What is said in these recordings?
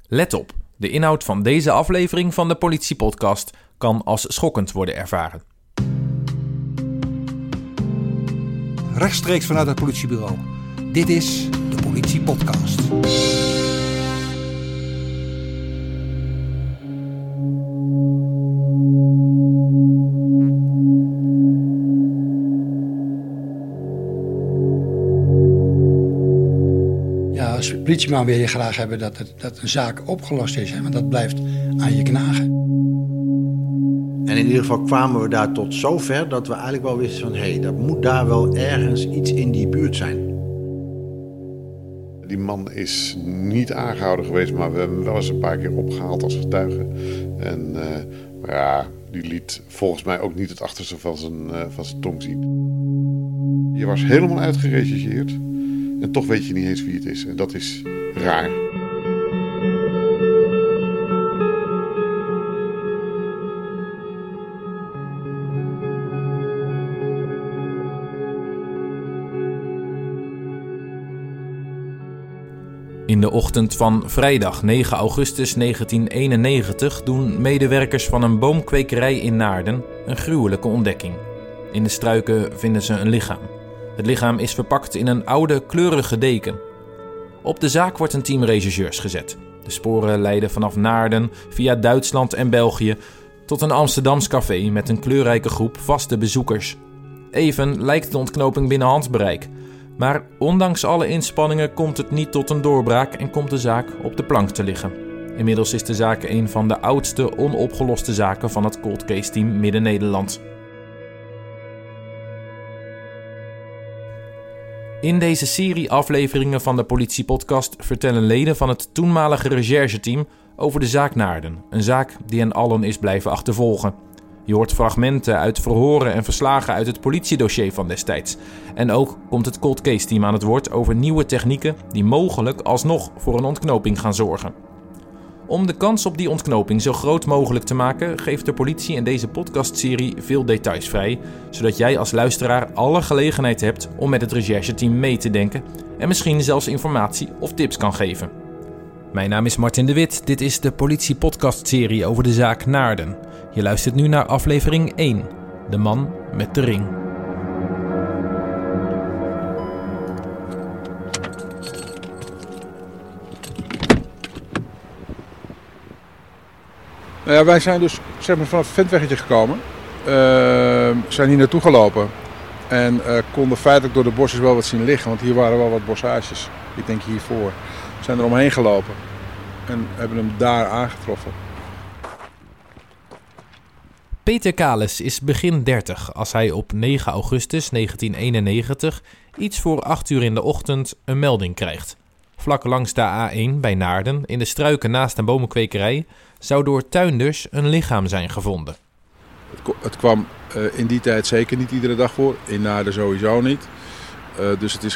Let op, de inhoud van deze aflevering van de Politiepodcast kan als schokkend worden ervaren. Rechtstreeks vanuit het politiebureau. Dit is de Politiepodcast. Als politieman wil je graag hebben dat een zaak opgelost is, want dat blijft aan je knagen. En in ieder geval kwamen we daar tot zover dat we eigenlijk wel wisten van dat moet daar wel ergens iets in die buurt zijn. Die man is niet aangehouden geweest, maar we hebben hem wel eens een paar keer opgehaald als getuige. En die liet volgens mij ook niet het achterste van zijn tong zien. Je was helemaal uitgerechercheerd. En toch weet je niet eens wie het is. En dat is raar. In de ochtend van vrijdag 9 augustus 1991 doen medewerkers van een boomkwekerij in Naarden een gruwelijke ontdekking. In de struiken vinden ze een lichaam. Het lichaam is verpakt in een oude, kleurige deken. Op de zaak wordt een team rechercheurs gezet. De sporen leiden vanaf Naarden via Duitsland en België tot een Amsterdams café met een kleurrijke groep vaste bezoekers. Even lijkt de ontknoping binnen handbereik. Maar ondanks alle inspanningen komt het niet tot een doorbraak en komt de zaak op de plank te liggen. Inmiddels is de zaak een van de oudste onopgeloste zaken van het Cold Case Team Midden-Nederland. In deze serie afleveringen van de Politiepodcast vertellen leden van het toenmalige rechercheteam over de zaak Naarden. Een zaak die hen allen is blijven achtervolgen. Je hoort fragmenten uit verhoren en verslagen uit het politiedossier van destijds. En ook komt het Cold Case Team aan het woord over nieuwe technieken die mogelijk alsnog voor een ontknoping gaan zorgen. Om de kans op die ontknoping zo groot mogelijk te maken, geeft de politie in deze podcastserie veel details vrij, zodat jij als luisteraar alle gelegenheid hebt om met het rechercheteam mee te denken en misschien zelfs informatie of tips kan geven. Mijn naam is Martin de Wit, dit is de Politiepodcastserie over de zaak Naarden. Je luistert nu naar aflevering 1, de man met de ring. Nou ja, wij zijn dus vanaf het Ventweggetje gekomen, zijn hier naartoe gelopen en konden feitelijk door de bosjes wel wat zien liggen, want hier waren wel wat bossages, ik denk hiervoor. We zijn er omheen gelopen en hebben hem daar aangetroffen. Peter Kalis is begin 30 als hij op 9 augustus 1991 iets voor 8 uur in de ochtend een melding krijgt. Vlak langs de A1 bij Naarden, in de struiken naast een bomenkwekerij, zou door tuinders een lichaam zijn gevonden. Het kwam in die tijd zeker niet iedere dag voor, in Naarden sowieso niet. Dus het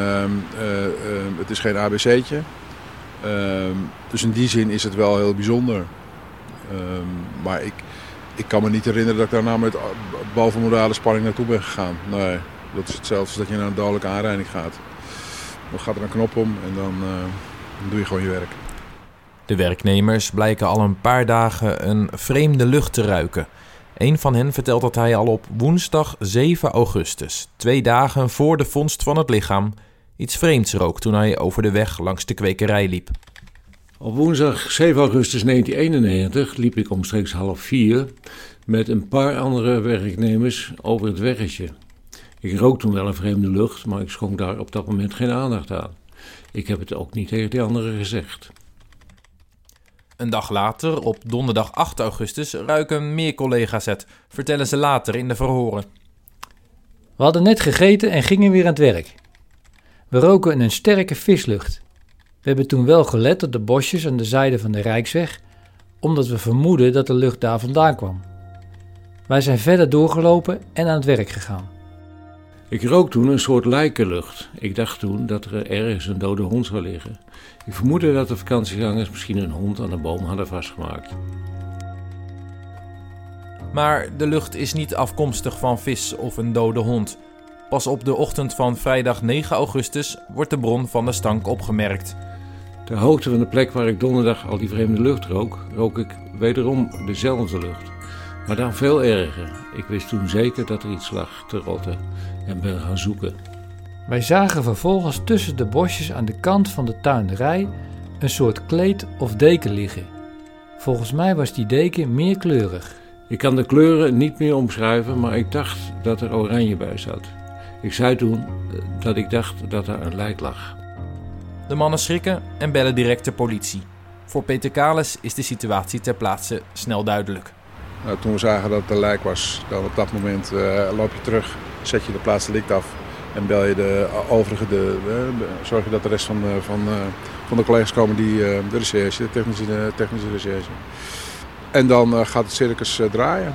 is geen ABC'tje. Dus in die zin is het wel heel bijzonder. Maar ik kan me niet herinneren dat ik daarna met bovenmorale spanning naartoe ben gegaan. Nee, dat is hetzelfde als dat je naar een dodelijke aanrijding gaat. Dan gaat er een knop om en dan doe je gewoon je werk. De werknemers blijken al een paar dagen een vreemde lucht te ruiken. Een van hen vertelt dat hij al op woensdag 7 augustus, 2 dagen voor de vondst van het lichaam, iets vreemds rook toen hij over de weg langs de kwekerij liep. Op woensdag 7 augustus 1991 liep ik omstreeks 3:30 met een paar andere werknemers over het weggetje. Ik rook toen wel een vreemde lucht, maar ik schonk daar op dat moment geen aandacht aan. Ik heb het ook niet tegen de anderen gezegd. Een dag later, op donderdag 8 augustus, ruiken meer collega's het, vertellen ze later in de verhoren. We hadden net gegeten en gingen weer aan het werk. We roken een sterke vislucht. We hebben toen wel gelet op de bosjes aan de zijde van de Rijksweg, omdat we vermoeden dat de lucht daar vandaan kwam. Wij zijn verder doorgelopen en aan het werk gegaan. Ik rook toen een soort lijkenlucht. Ik dacht toen dat er ergens een dode hond zou liggen. Ik vermoedde dat de vakantiegangers misschien een hond aan een boom hadden vastgemaakt. Maar de lucht is niet afkomstig van vis of een dode hond. Pas op de ochtend van vrijdag 9 augustus wordt de bron van de stank opgemerkt. Ter hoogte van de plek waar ik donderdag al die vreemde lucht rook ik wederom dezelfde lucht. Maar dan veel erger. Ik wist toen zeker dat er iets lag te rotten en ben gaan zoeken. Wij zagen vervolgens tussen de bosjes aan de kant van de tuinderij een soort kleed of deken liggen. Volgens mij was die deken meerkleurig. Ik kan de kleuren niet meer omschrijven, maar ik dacht dat er oranje bij zat. Ik zei toen dat ik dacht dat er een lijk lag. De mannen schrikken en bellen direct de politie. Voor Peter Kalis is de situatie ter plaatse snel duidelijk. Nou, toen we zagen dat het een lijk was, dan op dat moment loop je terug, zet je de plaats delict af en bel je de overige, zorg je dat de rest van de collega's komen die de recherche, de technische recherche. En dan gaat het circus draaien.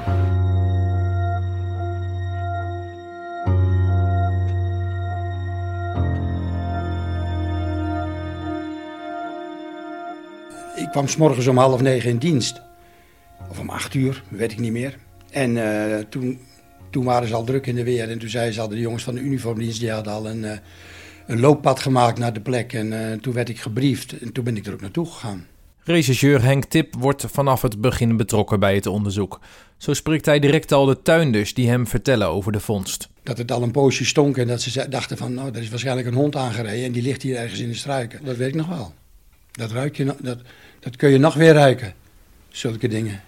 Ik kwam 's morgens om 8:30 in dienst. Of om 8:00, weet ik niet meer. En toen waren ze al druk in de weer. En toen zeiden ze al, de jongens van de uniformdienst, die hadden al een looppad gemaakt naar de plek. En toen werd ik gebriefd en toen ben ik er ook naartoe gegaan. Rechercheur Henk Tip wordt vanaf het begin betrokken bij het onderzoek. Zo spreekt hij direct al de tuinders die hem vertellen over de vondst. Dat het al een poosje stonk en dat ze dachten van, nou, er is waarschijnlijk een hond aangereden en die ligt hier ergens in de struiken. Dat weet ik nog wel. Dat ruik je, dat kun je nog weer ruiken. Zulke dingen.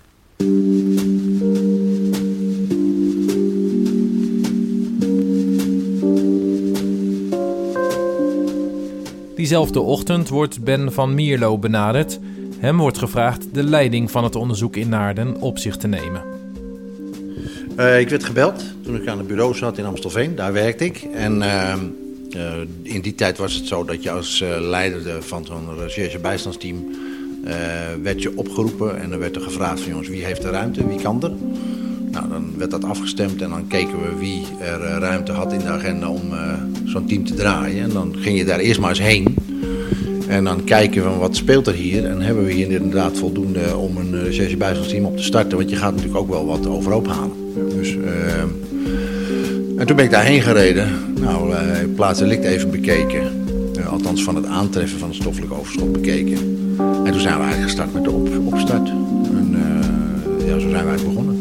Diezelfde ochtend wordt Ben van Mierlo benaderd. Hem wordt gevraagd de leiding van het onderzoek in Naarden op zich te nemen. Ik werd gebeld toen ik aan het bureau zat in Amstelveen. Daar werkte ik. En in die tijd was het zo dat je als leider van zo'n recherche-bijstandsteam werd je opgeroepen. En dan werd er gevraagd van jongens, wie heeft de ruimte, wie kan er? Nou, dan werd dat afgestemd en dan keken we wie er ruimte had in de agenda om zo'n team te draaien. En dan ging je daar eerst maar eens heen. En dan kijken van wat speelt er hier. En hebben we hier inderdaad voldoende om een recherche-bijstandsteam op te starten. Want je gaat natuurlijk ook wel wat overhoop halen. Dus, en toen ben ik daarheen gereden. Nou, plaats delict even bekeken. Althans van het aantreffen van het stoffelijk overschot bekeken. En toen zijn we eigenlijk gestart met de opstart. En ja, zo zijn we eigenlijk begonnen.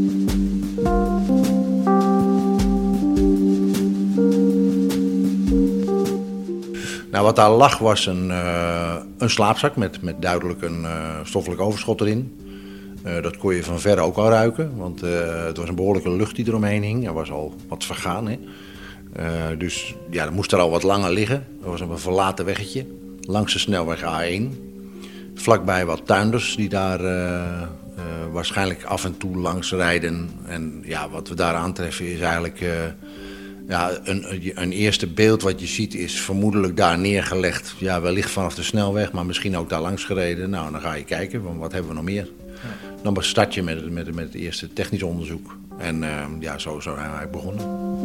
Nou, wat daar lag was een slaapzak met duidelijk een stoffelijk overschot erin. Dat kon je van verre ook al ruiken, want het was een behoorlijke lucht die eromheen hing. Er was al wat vergaan, hè. Dus ja, dat moest er al wat langer liggen. Er was een verlaten weggetje langs de snelweg A1. Vlakbij wat tuinders die daar waarschijnlijk af en toe langs rijden. En ja, wat we daar aantreffen is eigenlijk... Ja, een eerste beeld wat je ziet is vermoedelijk daar neergelegd. Ja, wellicht vanaf de snelweg, maar misschien ook daar langs gereden. Nou, dan ga je kijken, van wat hebben we nog meer? Ja. Dan start je met het eerste technisch onderzoek. En ja, zo zijn we eigenlijk begonnen.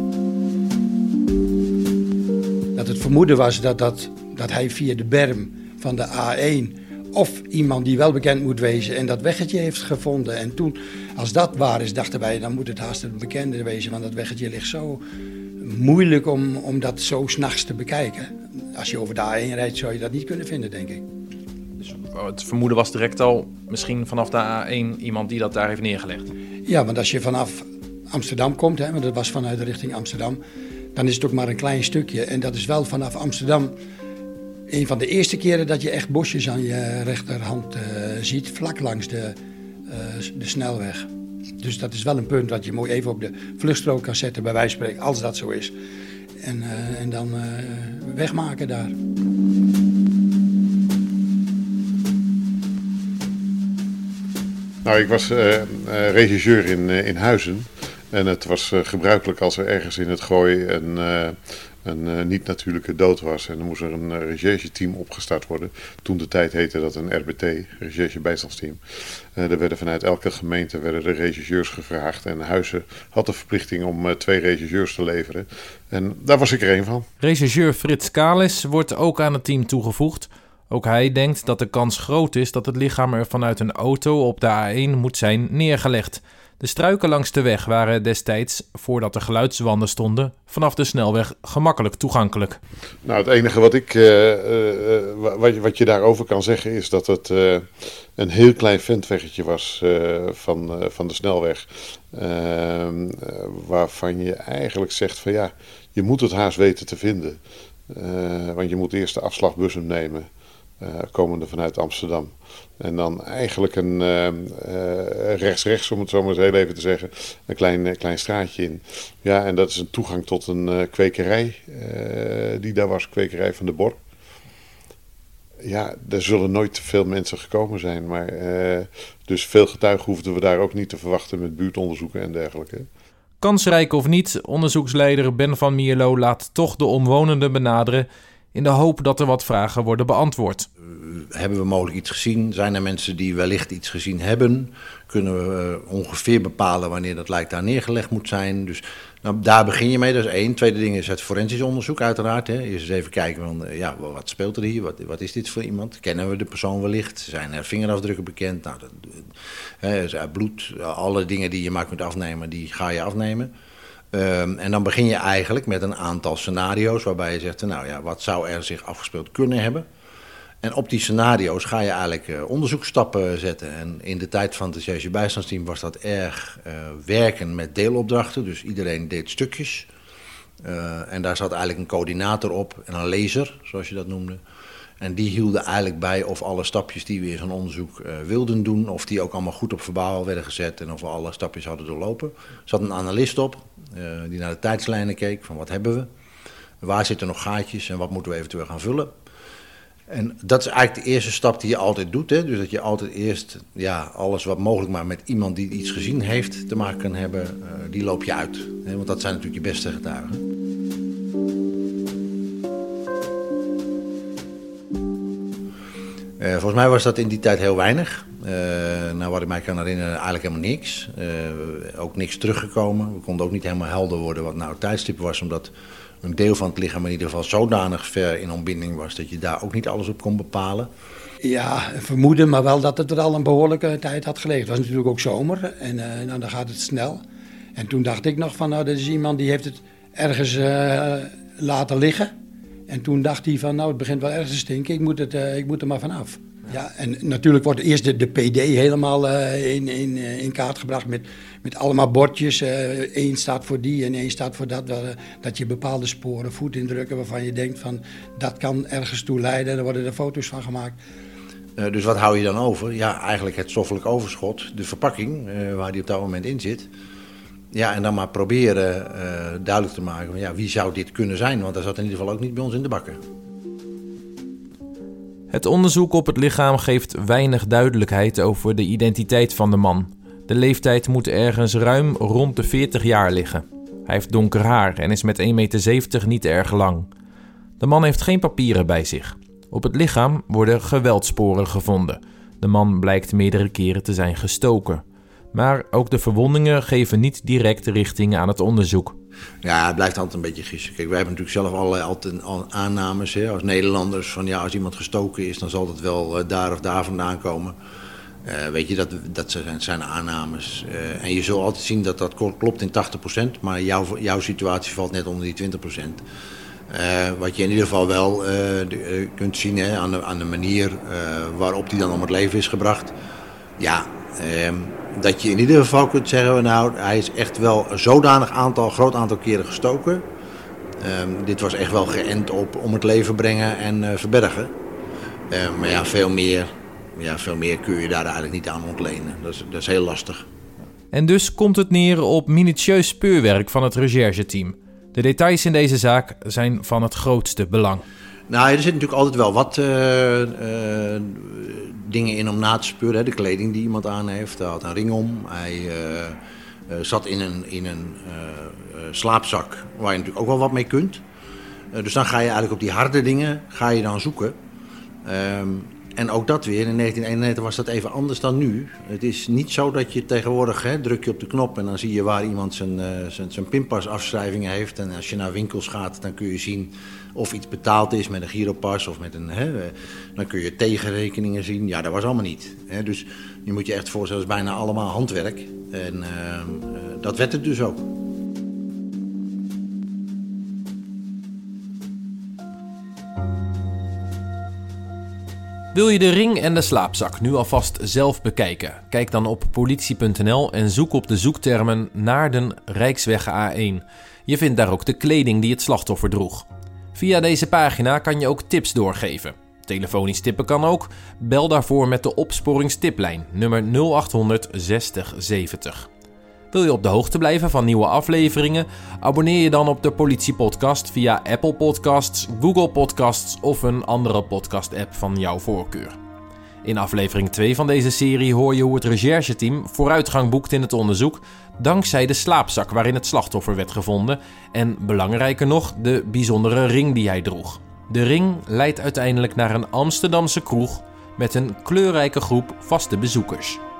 Dat het vermoeden was dat hij via de berm van de A1... of iemand die wel bekend moet wezen en dat weggetje heeft gevonden. En toen, als dat waar is, dachten wij, dan moet het haast een bekende wezen. Want dat weggetje ligt zo... moeilijk om dat zo 's nachts te bekijken. Als je over de A1 rijdt, zou je dat niet kunnen vinden, denk ik. Dus het vermoeden was direct al misschien vanaf de A1 iemand die dat daar heeft neergelegd? Ja, want als je vanaf Amsterdam komt, hè, want dat was vanuit de richting Amsterdam... dan is het ook maar een klein stukje. En dat is wel vanaf Amsterdam een van de eerste keren dat je echt bosjes aan je rechterhand ziet... vlak langs de snelweg. Dus dat is wel een punt dat je mooi even op de vluchtstrook kan zetten, bij wijze van spreken, als dat zo is. En dan wegmaken daar. Nou, ik was regisseur in Huizen. En het was gebruikelijk als er ergens in het Gooi een niet-natuurlijke dood was. En dan moest er een rechercheteam opgestart worden. Toen de tijd heette dat een RBT, recherche-bijstandsteam. Er werden vanuit elke gemeente de rechercheurs gevraagd. En Huizen had de verplichting om 2 rechercheurs te leveren. En daar was ik er één van. Rechercheur Frits Kalis wordt ook aan het team toegevoegd. Ook hij denkt dat de kans groot is dat het lichaam er vanuit een auto op de A1 moet zijn neergelegd. De struiken langs de weg waren destijds, voordat er geluidswanden stonden, vanaf de snelweg gemakkelijk toegankelijk. Nou, het enige wat je daarover kan zeggen is dat het een heel klein ventweggetje was van de snelweg. Waarvan je eigenlijk zegt van ja, je moet het haast weten te vinden. Want je moet eerst de afslag Bussum nemen, komende vanuit Amsterdam. En dan eigenlijk een rechts, om het zo maar eens heel even te zeggen, een klein straatje in. Ja, en dat is een toegang tot een kwekerij die daar was, kwekerij van de Bor. Ja, er zullen nooit te veel mensen gekomen zijn, maar dus veel getuigen hoefden we daar ook niet te verwachten met buurtonderzoeken en dergelijke. Kansrijk of niet, onderzoeksleider Ben van Mierlo laat toch de omwonenden benaderen in de hoop dat er wat vragen worden beantwoord. Hebben we mogelijk iets gezien? Zijn er mensen die wellicht iets gezien hebben? Kunnen we ongeveer bepalen wanneer dat lijk daar neergelegd moet zijn? Dus nou, daar begin je mee, dat is één. Tweede ding is het forensisch onderzoek uiteraard. Hè. Eerst eens even kijken van, wat speelt er hier? Wat is dit voor iemand? Kennen we de persoon wellicht? Zijn er vingerafdrukken bekend? Nou, bloed, alle dingen die je maar kunt afnemen, die ga je afnemen. En dan begin je eigenlijk met een aantal scenario's waarbij je zegt, wat zou er zich afgespeeld kunnen hebben? En op die scenario's ga je eigenlijk onderzoeksstappen zetten. En in de tijd van het recherchebijstandsteam was dat erg werken met deelopdrachten. Dus iedereen deed stukjes. En daar zat eigenlijk een coördinator op en een lezer, zoals je dat noemde. En die hielden eigenlijk bij of alle stapjes die we in zo'n onderzoek wilden doen, of die ook allemaal goed op verbaal werden gezet en of we alle stapjes hadden doorlopen. Er zat een analist op die naar de tijdslijnen keek van wat hebben we, waar zitten nog gaatjes en wat moeten we eventueel gaan vullen. En dat is eigenlijk de eerste stap die je altijd doet. Hè? Dus dat je altijd eerst alles wat mogelijk maar met iemand die iets gezien heeft te maken kan hebben, die loop je uit. Hè? Want dat zijn natuurlijk je beste getuigen. Volgens mij was dat in die tijd heel weinig. Wat ik mij kan herinneren, eigenlijk helemaal niks. Ook niks teruggekomen. We konden ook niet helemaal helder worden wat nou het tijdstip was, omdat een deel van het lichaam in ieder geval zodanig ver in ontbinding was dat je daar ook niet alles op kon bepalen. Ja, vermoeden, maar wel dat het er al een behoorlijke tijd had gelegen. Het was natuurlijk ook zomer en dan gaat het snel. En toen dacht ik nog van, dat is iemand die heeft het ergens laten liggen. En toen dacht hij van, het begint wel ergens te stinken, ik moet er maar vanaf. Ja, en natuurlijk wordt eerst de PD helemaal in kaart gebracht met allemaal bordjes. Eén staat voor die en één staat voor dat. Dat je bepaalde sporen, voetindrukken waarvan je denkt van dat kan ergens toe leiden. En daar worden er foto's van gemaakt. Dus wat hou je dan over? Ja, eigenlijk het stoffelijk overschot, de verpakking waar die op dat moment in zit. Ja, en dan maar proberen duidelijk te maken van wie zou dit kunnen zijn? Want dat zat in ieder geval ook niet bij ons in de bakken. Het onderzoek op het lichaam geeft weinig duidelijkheid over de identiteit van de man. De leeftijd moet ergens ruim rond de 40 jaar liggen. Hij heeft donker haar en is met 1,70 meter niet erg lang. De man heeft geen papieren bij zich. Op het lichaam worden geweldsporen gevonden. De man blijkt meerdere keren te zijn gestoken. Maar ook de verwondingen geven niet direct richting aan het onderzoek. Ja, het blijft altijd een beetje gissen. Kijk, wij hebben natuurlijk zelf altijd aannames als Nederlanders. Van als iemand gestoken is, dan zal het wel daar of daar vandaan komen. Weet je, dat zijn aannames. En je zult altijd zien dat dat klopt in 80%. Maar jouw situatie valt net onder die 20%. Wat je in ieder geval wel kunt zien aan de manier waarop die dan om het leven is gebracht. Ja, dat je in ieder geval kunt zeggen, hij is echt wel een zodanig groot aantal keren gestoken. Dit was echt wel geënt op om het leven brengen en verbergen. Maar veel meer kun je daar eigenlijk niet aan ontlenen. Dat is heel lastig. En dus komt het neer op minutieus speurwerk van het rechercheteam. De details in deze zaak zijn van het grootste belang. Nou, er zit natuurlijk altijd wel wat dingen in om na te speuren. Hè. De kleding die iemand aan heeft, hij had een ring om. Hij zat in een slaapzak waar je natuurlijk ook wel wat mee kunt. Dus dan ga je eigenlijk op die harde dingen dan zoeken. En ook dat weer, in 1991 was dat even anders dan nu. Het is niet zo dat je tegenwoordig, druk je op de knop en dan zie je waar iemand zijn pinpasafschrijvingen heeft. En als je naar winkels gaat, dan kun je zien of iets betaald is met een giropas of met een... dan kun je tegenrekeningen zien. Ja, dat was allemaal niet. Dus je moet je echt voorstellen, dat is bijna allemaal handwerk. En dat werd het dus ook. Wil je de ring en de slaapzak nu alvast zelf bekijken? Kijk dan op politie.nl en zoek op de zoektermen Naarden Rijksweg A1. Je vindt daar ook de kleding die het slachtoffer droeg. Via deze pagina kan je ook tips doorgeven. Telefonisch tippen kan ook. Bel daarvoor met de opsporingstiplijn nummer 0800 60 70. Wil je op de hoogte blijven van nieuwe afleveringen? Abonneer je dan op de Politie-podcast via Apple Podcasts, Google Podcasts of een andere podcast-app van jouw voorkeur. In aflevering 2 van deze serie hoor je hoe het rechercheteam vooruitgang boekt in het onderzoek dankzij de slaapzak waarin het slachtoffer werd gevonden en, belangrijker nog, de bijzondere ring die hij droeg. De ring leidt uiteindelijk naar een Amsterdamse kroeg met een kleurrijke groep vaste bezoekers.